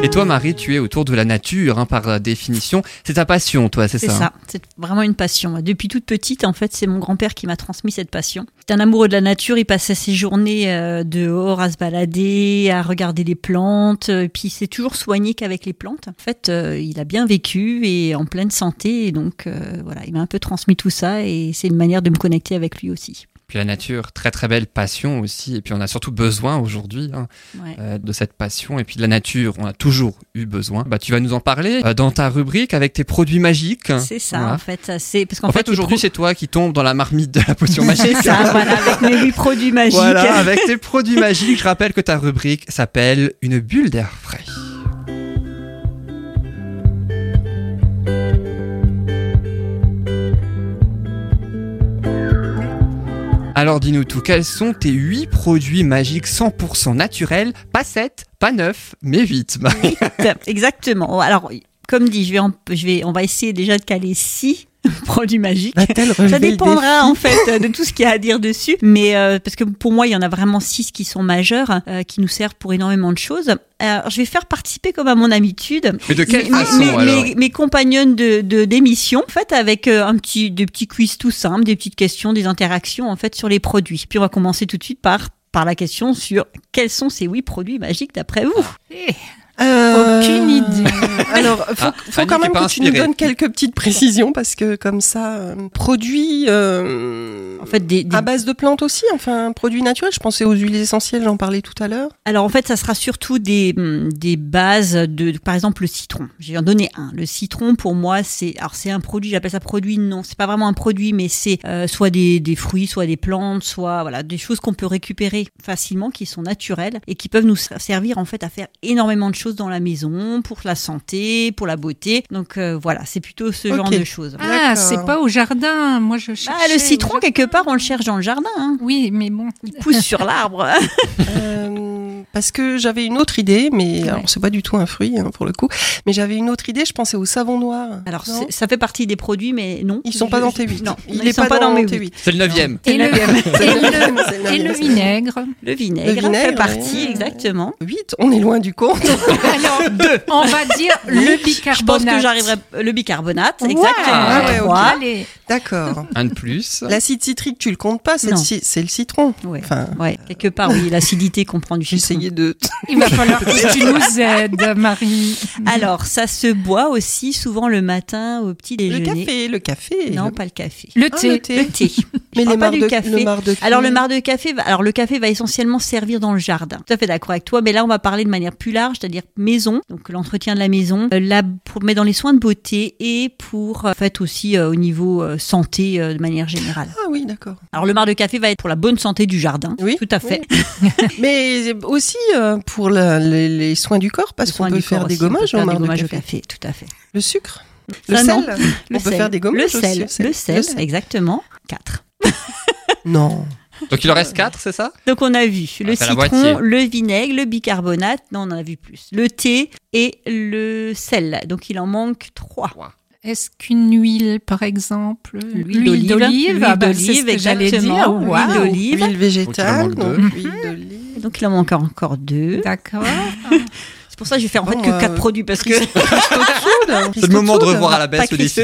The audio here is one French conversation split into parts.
Et toi, Marie, tu es autour de la nature, par définition. C'est ta passion, toi, c'est ça? C'est ça, c'est vraiment une passion. Depuis toute petite, en fait, c'est mon grand-père qui m'a transmis cette passion. C'est un amoureux de la nature, il passait ses journées dehors à se balader, à regarder les plantes, et puis il s'est toujours soigné qu'avec les plantes. En fait, il a bien vécu et en pleine santé, et donc voilà, il m'a un peu transmis tout ça, et c'est une manière de me connecter avec lui aussi. Puis la nature, très très belle passion aussi, et puis on a surtout besoin aujourd'hui de cette passion, et puis de la nature, on a toujours eu besoin. Tu vas nous en parler dans ta rubrique avec tes produits magiques. C'est ça, voilà. En fait, c'est parce qu'en fait aujourd'hui c'est toi qui tombes dans la marmite de la potion magique. C'est ça, voilà, avec mes 8 produits magiques. Voilà, avec tes produits magiques. Je rappelle que ta rubrique s'appelle Une bulle d'air frais. Alors dis-nous tout, quels sont tes 8 produits magiques 100% naturels, pas 7, pas 9, mais 8, Marie. Exactement. Alors, comme dit, on va essayer déjà de caler 6 produits magiques. Ça dépendra en fait de tout ce qu'il y a à dire dessus, mais parce que pour moi il y en a vraiment 6 qui sont majeurs, qui nous servent pour énormément de choses. Alors, je vais faire participer comme à mon habitude. Mais de quelle façon alors mes compagnonnes d'émission, en fait, avec des petits quiz tout simples, des petites questions, des interactions en fait sur les produits. Puis on va commencer tout de suite par la question sur quels sont ces 8 produits magiques d'après vous. Aucune idée. Alors, faut quand même que tu nous donnes quelques petites précisions parce que comme ça, produits en fait, à base de plantes aussi, enfin produits naturels. Je pensais aux huiles essentielles, j'en parlais tout à l'heure. Alors en fait, ça sera surtout des bases de, par exemple, le citron. Je vais en donner un. Le citron, pour moi, c'est un produit. J'appelle ça produit. Non, c'est pas vraiment un produit, mais c'est soit des fruits, soit des plantes, soit voilà des choses qu'on peut récupérer facilement, qui sont naturelles et qui peuvent nous servir en fait à faire énormément de choses dans la maison, pour la santé, pour la beauté. Donc voilà, c'est plutôt ce genre de choses. Ah, c'est pas au jardin. Moi, je cherchais. Le citron, quelque part, on le cherche dans le jardin. Hein. Oui, mais bon. Il pousse sur l'arbre. Parce que j'avais une autre idée, mais alors, c'est pas du tout un fruit pour le coup. Mais j'avais une autre idée, je pensais au savon noir. Alors ça fait partie des produits, mais non. Ils sont pas dans tes 8. Non, ils sont pas dans mes 8. C'est le 9e. Et le vinaigre. Le vinaigre fait partie, exactement. 8, on est loin du compte. Alors, 2. On va dire le bicarbonate. Je pense que j'arriverai. Le bicarbonate, ouais, exactement. Okay. D'accord. Un de plus. L'acide citrique, tu le comptes pas, c'est le citron. Ouais. Enfin, quelque part, oui, l'acidité qu'on prend du citron. J'essayais de... Il va falloir que tu nous aides, Marie. Alors, ça se boit aussi souvent le matin au petit déjeuner. Le café. Non, pas le café. Le thé. Le thé. Mais le marc de café. Alors, le marc de café, le café va essentiellement servir dans le jardin. Tout à fait d'accord avec toi, mais là, on va parler de manière plus large, c'est-à-dire maison, donc l'entretien de la maison, mais dans les soins de beauté et pour, en fait, aussi au niveau santé de manière générale. Ah oui, d'accord. Alors, le marc de café va être pour la bonne santé du jardin. Oui. Tout à fait. Oui. Mais aussi pour les soins du corps, parce qu'on peut faire des gommages au marc de café. Tout à fait. Le sucre, le sel. On peut faire des gommages aussi. Le sel, exactement. 4. Non. Donc il en reste 4, c'est ça? Donc on a vu le citron, le vinaigre, le bicarbonate, non on en a vu plus, le thé et le sel. Donc il en manque 3. Est-ce qu'une huile, par exemple, l'huile d'olive, c'est ce que j'allais dire. L'huile d'olive, huile végétale, donc huile d'olive. Donc il en manque encore 2. D'accord. C'est pour ça que je vais faire en fait que 4 produits parce que c'est le moment de revoir à la baisse le défi.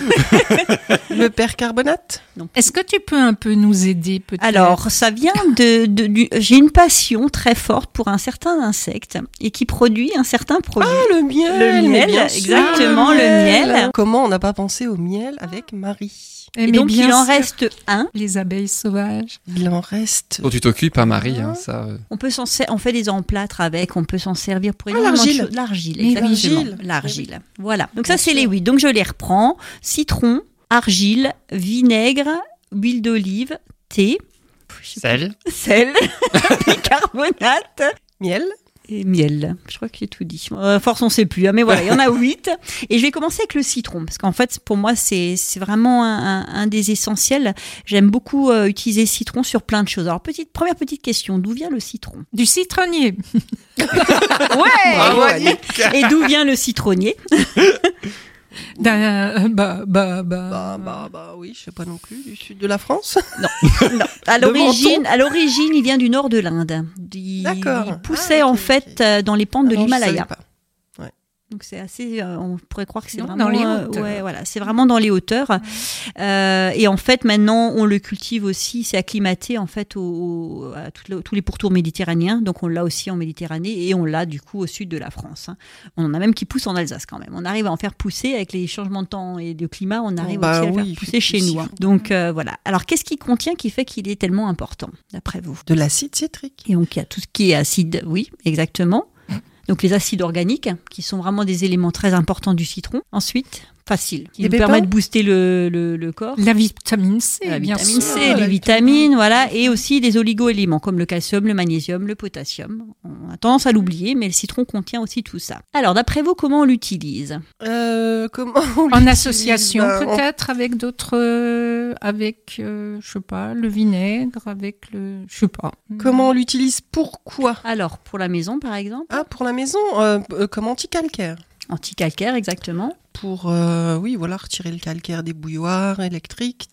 Le percarbonate. Non. Est-ce que tu peux un peu nous aider peut-être? Alors ça vient j'ai une passion très forte pour un certain insecte et qui produit un certain produit. Ah le miel. Le miel, exactement, le miel. Comment on n'a pas pensé au miel avec Marie? Et donc il en reste un. Les abeilles sauvages. Il en reste. Dont tu t'occupes, Marie, ça. On fait des emplâtres avec, on peut s'en servir pour l'argile. L'argile, exactement. L'argile. Voilà. Donc ça c'est les 8. Donc je les reprends. Citron, argile, vinaigre, huile d'olive, thé, sel, bicarbonate, miel. Et miel, je crois que j'ai tout dit. Force, on ne sait plus, mais voilà, il y en a 8. Et je vais commencer avec le citron, parce qu'en fait, pour moi, c'est vraiment un des essentiels. J'aime beaucoup utiliser le citron sur plein de choses. Alors, première petite question, d'où vient le citron? Du citronnier. Ouais. Et d'où vient le citronnier? Oui, je sais pas non plus, du sud de la France. Non. À l'origine, il vient du nord de l'Inde. Il poussait en fait dans les pentes de l'Himalaya. Donc c'est assez, on pourrait croire que c'est vraiment dans les hauteurs. voilà, c'est vraiment dans les hauteurs. Et en fait, maintenant, on le cultive aussi. C'est acclimaté en fait à tous les pourtours méditerranéens. Donc on l'a aussi en Méditerranée et on l'a du coup au sud de la France. On en a même qui poussent en Alsace quand même. On arrive à en faire pousser avec les changements de temps et de climat. On arrive aussi à le faire pousser chez nous. Donc voilà. Alors qu'est-ce qu'il contient qui fait qu'il est tellement important d'après vous? De l'acide citrique. Et donc il y a tout ce qui est acide. Oui, exactement. Donc les acides organiques, qui sont vraiment des éléments très importants du citron. Ensuite, facile, qui nous permet de booster le corps. La vitamine C, les vitamines, voilà, et aussi des oligo-éléments comme le calcium, le magnésium, le potassium. On a tendance à l'oublier, mais le citron contient aussi tout ça. Alors, d'après vous, comment on l'utilise? En association, peut-être avec d'autres, je sais pas, le vinaigre, je sais pas. Comment on l'utilise? Pourquoi? Alors, pour la maison, par exemple. Ah, pour la maison, comme anti-calcaire. Anti-calcaire, exactement. Pour retirer le calcaire des bouilloires électriques,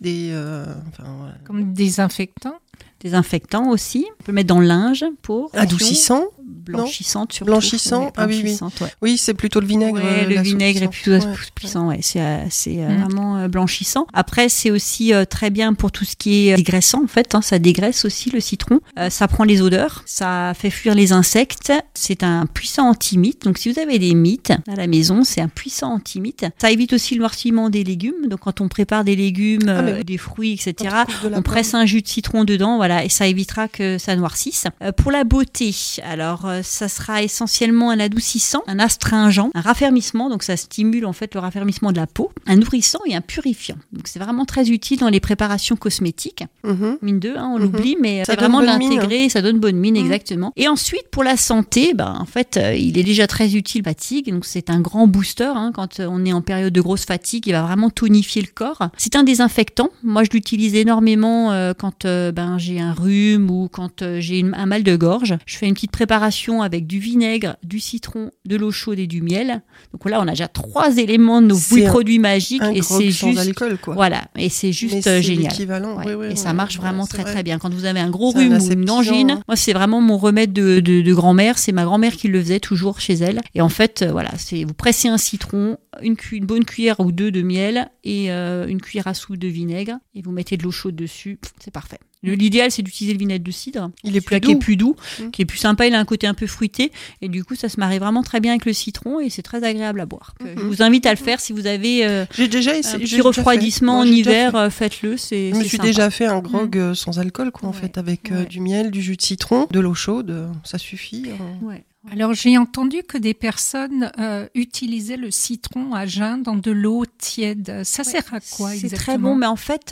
comme désinfectant. Désinfectant aussi. On peut le mettre dans le linge pour... Adoucissant. Blanchissante surtout. Blanchissant, oui. Ouais. Oui, c'est plutôt le vinaigre. Oui, le vinaigre est plutôt assouplissant, c'est vraiment blanchissant. Après, c'est aussi très bien pour tout ce qui est dégraissant, en fait. Ça dégraisse aussi le citron. Ça prend les odeurs, ça fait fuir les insectes. C'est un puissant anti-mite. Donc, si vous avez des mites à la maison, c'est un puissant anti-mite. Ça évite aussi le noircissement des légumes. Donc, quand on prépare des légumes, des fruits, etc., on presse un jus de citron dedans, voilà, et ça évitera que ça noircisse. Pour la beauté, alors ça sera essentiellement un adoucissant, un astringent, un raffermissement, donc ça stimule en fait le raffermissement de la peau, un nourrissant et un purifiant. Donc c'est vraiment très utile dans les préparations cosmétiques. Mine de, on l'oublie, mais c'est vraiment de l'intégrer, ça donne bonne mine, exactement. Et ensuite pour la santé, en fait, il est déjà très utile fatigue, donc c'est un grand booster quand on est en période de grosse fatigue, il va vraiment tonifier le corps. C'est un désinfectant. Moi je l'utilise énormément quand j'ai un rhume ou quand j'ai un mal de gorge. Je fais une petite préparation avec du vinaigre, du citron, de l'eau chaude et du miel. Donc là, on a déjà 3 éléments de nos produits magiques et c'est juste alcool, quoi. Voilà, et c'est juste génial. Et ça marche vraiment très très bien. Quand vous avez un gros rhume ou une angine, moi c'est vraiment mon remède de grand-mère. C'est ma grand-mère qui le faisait toujours chez elle. Et en fait, vous pressez un citron, une bonne cuillère ou 2 de miel et une cuillère à soupe de vinaigre et vous mettez de l'eau chaude dessus. C'est parfait. L'idéal, c'est d'utiliser le vinaigre de cidre. Il est plus doux. Qui est plus doux, qui est plus sympa. Il a un côté un peu fruité. Et du coup, ça se marie vraiment très bien avec le citron et c'est très agréable à boire. Je vous invite à le faire si vous avez j'ai déjà essayé, un petit refroidissement en hiver. Faites-le. Je me suis déjà fait un grog sans alcool, en fait, avec du miel, du jus de citron, de l'eau chaude. Ça suffit. Alors, j'ai entendu que des personnes utilisaient le citron à jeun dans de l'eau tiède. Ça sert à quoi exactement? C'est très bon, mais en fait,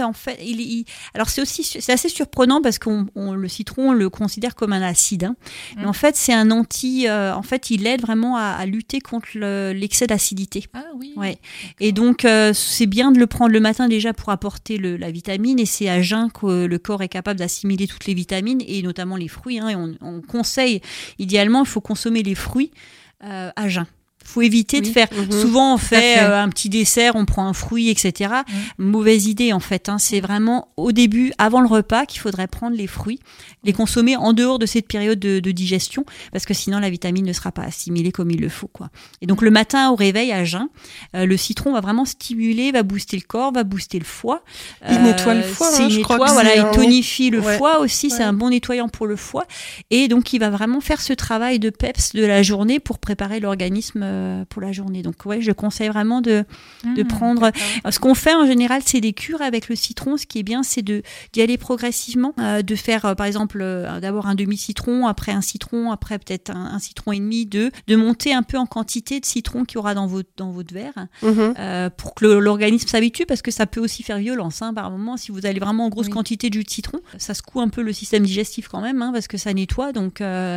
alors c'est assez surprenant parce le citron, on le considère comme un acide. Mais en fait, c'est un anti. En fait, il aide vraiment à lutter contre l'excès d'acidité. Ah oui. Ouais. Et donc, c'est bien de le prendre le matin déjà pour apporter la vitamine. Et c'est à jeun que le corps est capable d'assimiler toutes les vitamines et notamment les fruits. Et on conseille, idéalement, il faut consommer les fruits à jeun. Il faut éviter de faire... Souvent, on fait un petit dessert, on prend un fruit, etc. Mauvaise idée, en fait. C'est vraiment au début, avant le repas, qu'il faudrait prendre les fruits, les consommer en dehors de cette période de digestion, parce que sinon, la vitamine ne sera pas assimilée comme il le faut, quoi. Et donc, le matin, au réveil, à jeun, le citron va vraiment stimuler, va booster le corps, va booster le foie. Il nettoie le foie, je crois que il tonifie le foie aussi, c'est un bon nettoyant pour le foie. Et donc, il va vraiment faire ce travail de peps de la journée pour préparer l'organisme pour la journée. Donc je conseille vraiment de prendre... Ce qu'on fait en général, c'est des cures avec le citron. Ce qui est bien, c'est d'y aller progressivement, de faire par exemple d'abord un demi-citron, après un citron, après peut-être un citron et demi, de monter un peu en quantité de citron qu'il y aura dans votre verre pour que l'organisme s'habitue, parce que ça peut aussi faire violence par moment. Si vous allez vraiment en grosse quantité de jus de citron, ça secoue un peu le système digestif quand même, parce que ça nettoie. Donc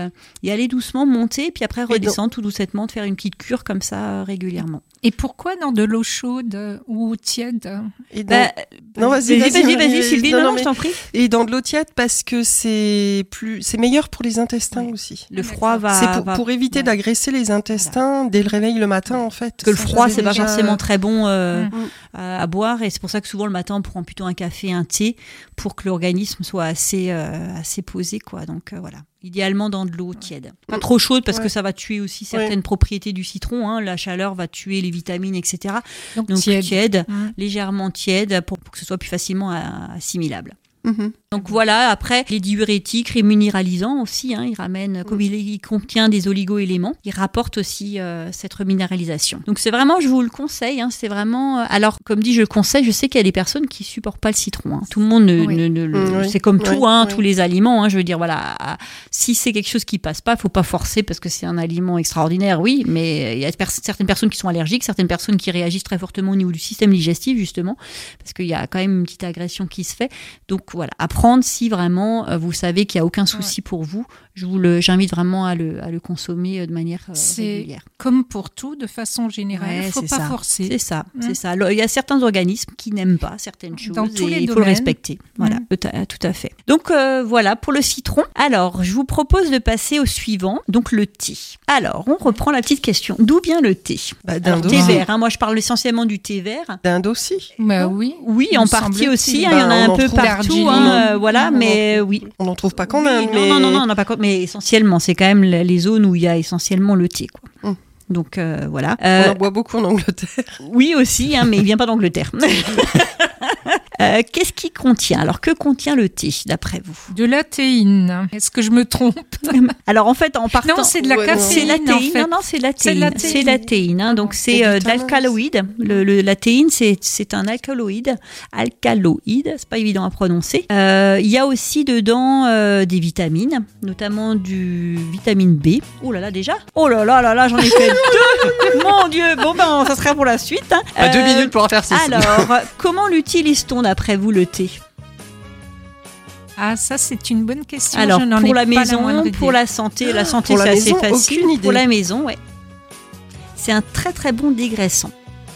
y aller doucement, monter, puis après redescendre tout doucement, de faire une petite cure comme ça régulièrement. Et pourquoi dans de l'eau chaude ou tiède? Non, vas-y Sylvie, non, je t'en prie. Et dans de l'eau tiède parce que c'est meilleur pour les intestins aussi. Le froid va... C'est pour éviter d'agresser les intestins dès le réveil le matin, en fait. Que le froid, c'est pas forcément très bon à boire, et c'est pour ça que souvent le matin, on prend plutôt un café, un thé, pour que l'organisme soit assez posé, quoi. Donc voilà. idéalement dans de l'eau tiède. Pas trop chaude parce que ça va tuer aussi certaines propriétés du citron. Hein. La chaleur va tuer les vitamines, etc. Donc tiède, légèrement tiède pour que ce soit plus facilement assimilable. Donc voilà, après les diurétiques, les minéralisants aussi, il ramène, comme il contient des oligo-éléments, il rapporte aussi cette reminéralisation. Donc c'est vraiment, je vous le conseille, c'est vraiment, alors comme dit je le conseille, je sais qu'il y a des personnes qui supportent pas le citron. Tout le monde c'est comme tout, tous les aliments, je veux dire voilà, si c'est quelque chose qui passe pas, faut pas forcer parce que c'est un aliment extraordinaire, oui, mais il y a certaines personnes qui sont allergiques, certaines personnes qui réagissent très fortement au niveau du système digestif justement, parce qu'il y a quand même une petite agression qui se fait. Donc voilà, apprendre si vraiment vous savez qu'il n'y a aucun souci pour vous, j'invite vraiment à le consommer de manière régulière. Comme pour tout, de façon générale, il ne faut pas forcer. C'est ça. Alors, il y a certains organismes qui n'aiment pas certaines choses et il faut le respecter. Voilà, tout à fait. Donc voilà pour le citron. Alors, je vous propose de passer au suivant, donc le thé. Alors, on reprend la petite question. D'où vient le thé? Thé vert. Moi, je parle essentiellement du thé vert. D'Inde aussi. Oui, en partie aussi. Il y en a un peu partout. Voilà, mais oui. On n'en trouve pas quand même. Non, on n'a pas quand même. Mais essentiellement, c'est quand même les zones où il y a essentiellement le thé, quoi. Donc voilà. On en boit beaucoup en Angleterre. Oui aussi, mais il vient pas d'Angleterre. Qu'est-ce qu'il contient? Alors que contient le thé d'après vous? De la théine. Est-ce que je me trompe? Alors en fait, en partant. Non, c'est de la caféine. C'est la théine. En fait. Non, c'est la théine. C'est la théine. Donc c'est d'alcaloïde. La théine, c'est un alcaloïde. C'est pas évident à prononcer. Il y a aussi dedans des vitamines, notamment du vitamine B. Oh là là déjà. Oh là là, j'en ai fait 2. Mon Dieu. Bon ça sera pour la suite. 2 minutes pour en faire 6. Alors, comment l'utilise-t-on d'après vous le thé? Ah, ça c'est une bonne question. Alors, pour la maison, pour la santé c'est assez facile. Pour la maison, c'est un très très bon dégraissant.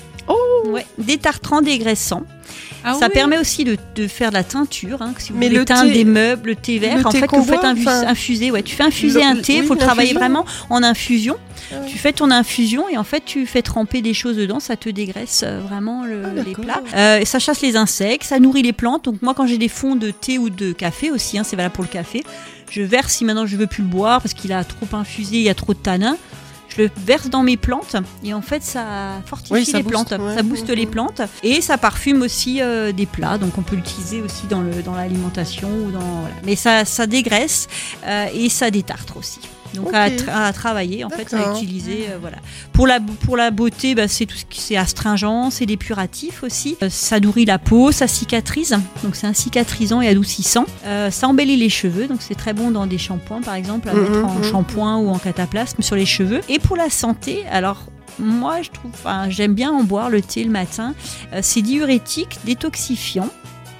Détartrant, dégraissant. Ça permet aussi de faire de la teinture. Si vous voulez teindre des meubles, le thé vert, en fait, vous faites infuser. Tu fais infuser un thé, il faut le travailler vraiment en infusion. Tu fais ton infusion et en fait, tu fais tremper des choses dedans, ça te dégraisse vraiment les plats. Ça chasse les insectes, ça nourrit les plantes. Donc moi, quand j'ai des fonds de thé ou de café aussi, c'est valable pour le café, je verse si maintenant je veux plus le boire parce qu'il a trop infusé, il y a trop de tanins. Je le verse dans mes plantes et en fait ça fortifie les plantes, ça booste les plantes et ça parfume aussi des plats, donc on peut l'utiliser aussi dans l'alimentation ou mais ça dégraisse et ça détartre aussi. Donc à travailler en fait, à utiliser Pour la beauté, c'est tout ce qui c'est astringent, c'est dépuratif aussi. Ça nourrit la peau, ça cicatrise. Donc c'est un cicatrisant et adoucissant. Ça embellit les cheveux, donc c'est très bon dans des shampoings par exemple, à mettre en shampoing ou en cataplasme sur les cheveux. Et pour la santé, alors moi j'aime bien en boire le thé le matin. C'est diurétique, détoxifiant.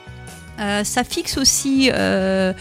Ça fixe aussi le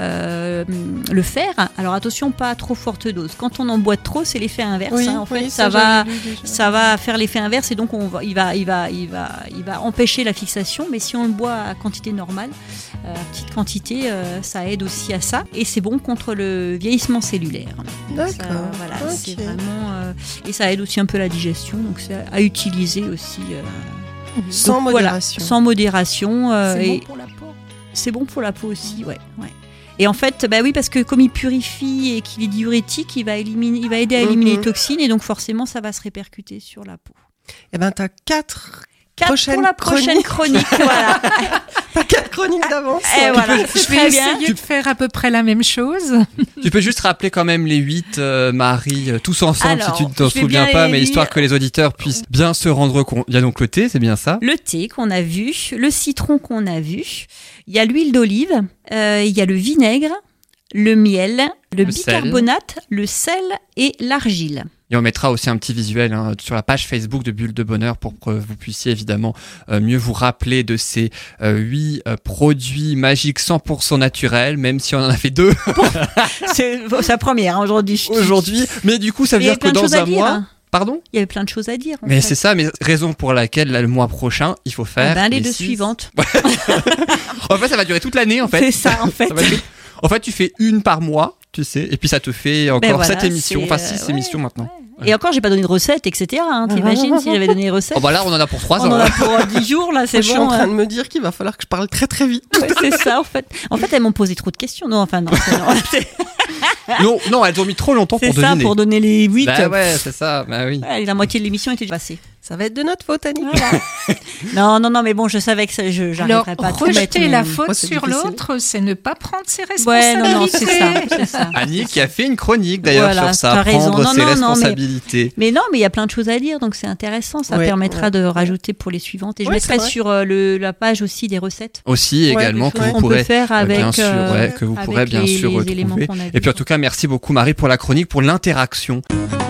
fer. Alors attention, pas trop forte dose. Quand on en boit trop, c'est l'effet inverse. En fait, ça va faire l'effet inverse et donc il va empêcher la fixation. Mais si on le boit à quantité normale, petite quantité, ça aide aussi à ça. Et c'est bon contre le vieillissement cellulaire. D'accord. C'est vraiment et ça aide aussi un peu la digestion. Donc c'est à utiliser aussi. Sans modération. Sans modération. C'est bon pour la peau. C'est bon pour la peau aussi, ouais. Et en fait, oui, parce que comme il purifie et qu'il est diurétique, il va aider à éliminer les toxines et donc forcément, ça va se répercuter sur la peau. Eh ben, t'as 4 pour la prochaine chronique, voilà. Pas 4 chroniques d'avance. Je vais essayer de faire à peu près la même chose. Tu peux juste rappeler quand même les 8, Marie, tous ensemble, si tu ne t'en souviens pas, mais histoire que les auditeurs puissent bien se rendre compte. Il y a donc le thé, c'est bien ça? Le thé qu'on a vu, le citron qu'on a vu, il y a l'huile d'olive, il y a le vinaigre, le miel, le bicarbonate, le sel et l'argile. Et on mettra aussi un petit visuel sur la page Facebook de Bulle de Bonheur pour que vous puissiez évidemment mieux vous rappeler de ces 8 produits magiques 100% naturels, même si on en a fait 2. C'est sa première aujourd'hui. Mais du coup, ça veut dire que dans un mois... Pardon ? Il y avait plein de choses à dire. Mais c'est ça, mais raison pour laquelle le mois prochain, il faut faire... les 2 suivantes. En fait, ça va durer toute l'année, en fait. C'est ça, en fait. En fait, tu fais une par mois, tu sais, et puis ça te fait encore 7 émissions, 6 émissions maintenant. Et encore, j'ai pas donné de recettes, etc. T'imagines si j'avais donné des recettes? Là, on en a pour 3 ans. On en a pour 10 jours, là, c'est bon. Je suis en train de me dire qu'il va falloir que je parle très très vite. C'est ça, en fait. En fait, elles m'ont posé trop de questions. Non, enfin, non. Non, elles ont mis trop longtemps pour deviner. C'est ça, pour donner les 8. Bah ouais, c'est ça, bah oui. Ouais, la moitié de l'émission était déjà passée. Ça va être de notre faute, Annie. Voilà. non, mais bon, je savais que j'arriverais pas à tout mettre. Rejeter la faute sur l'autre, c'est ne pas prendre ses responsabilités. Ouais, non, c'est ça. Annie qui a fait une chronique d'ailleurs sur ça, prendre ses responsabilités. Mais il y a plein de choses à dire, donc c'est intéressant. Ça permettra de rajouter pour les suivantes. Et je mettrai sur la page aussi des recettes. Aussi également que vous pourrez bien sûr retrouver. Et puis en tout cas, merci beaucoup Marie pour la chronique, pour l'interaction.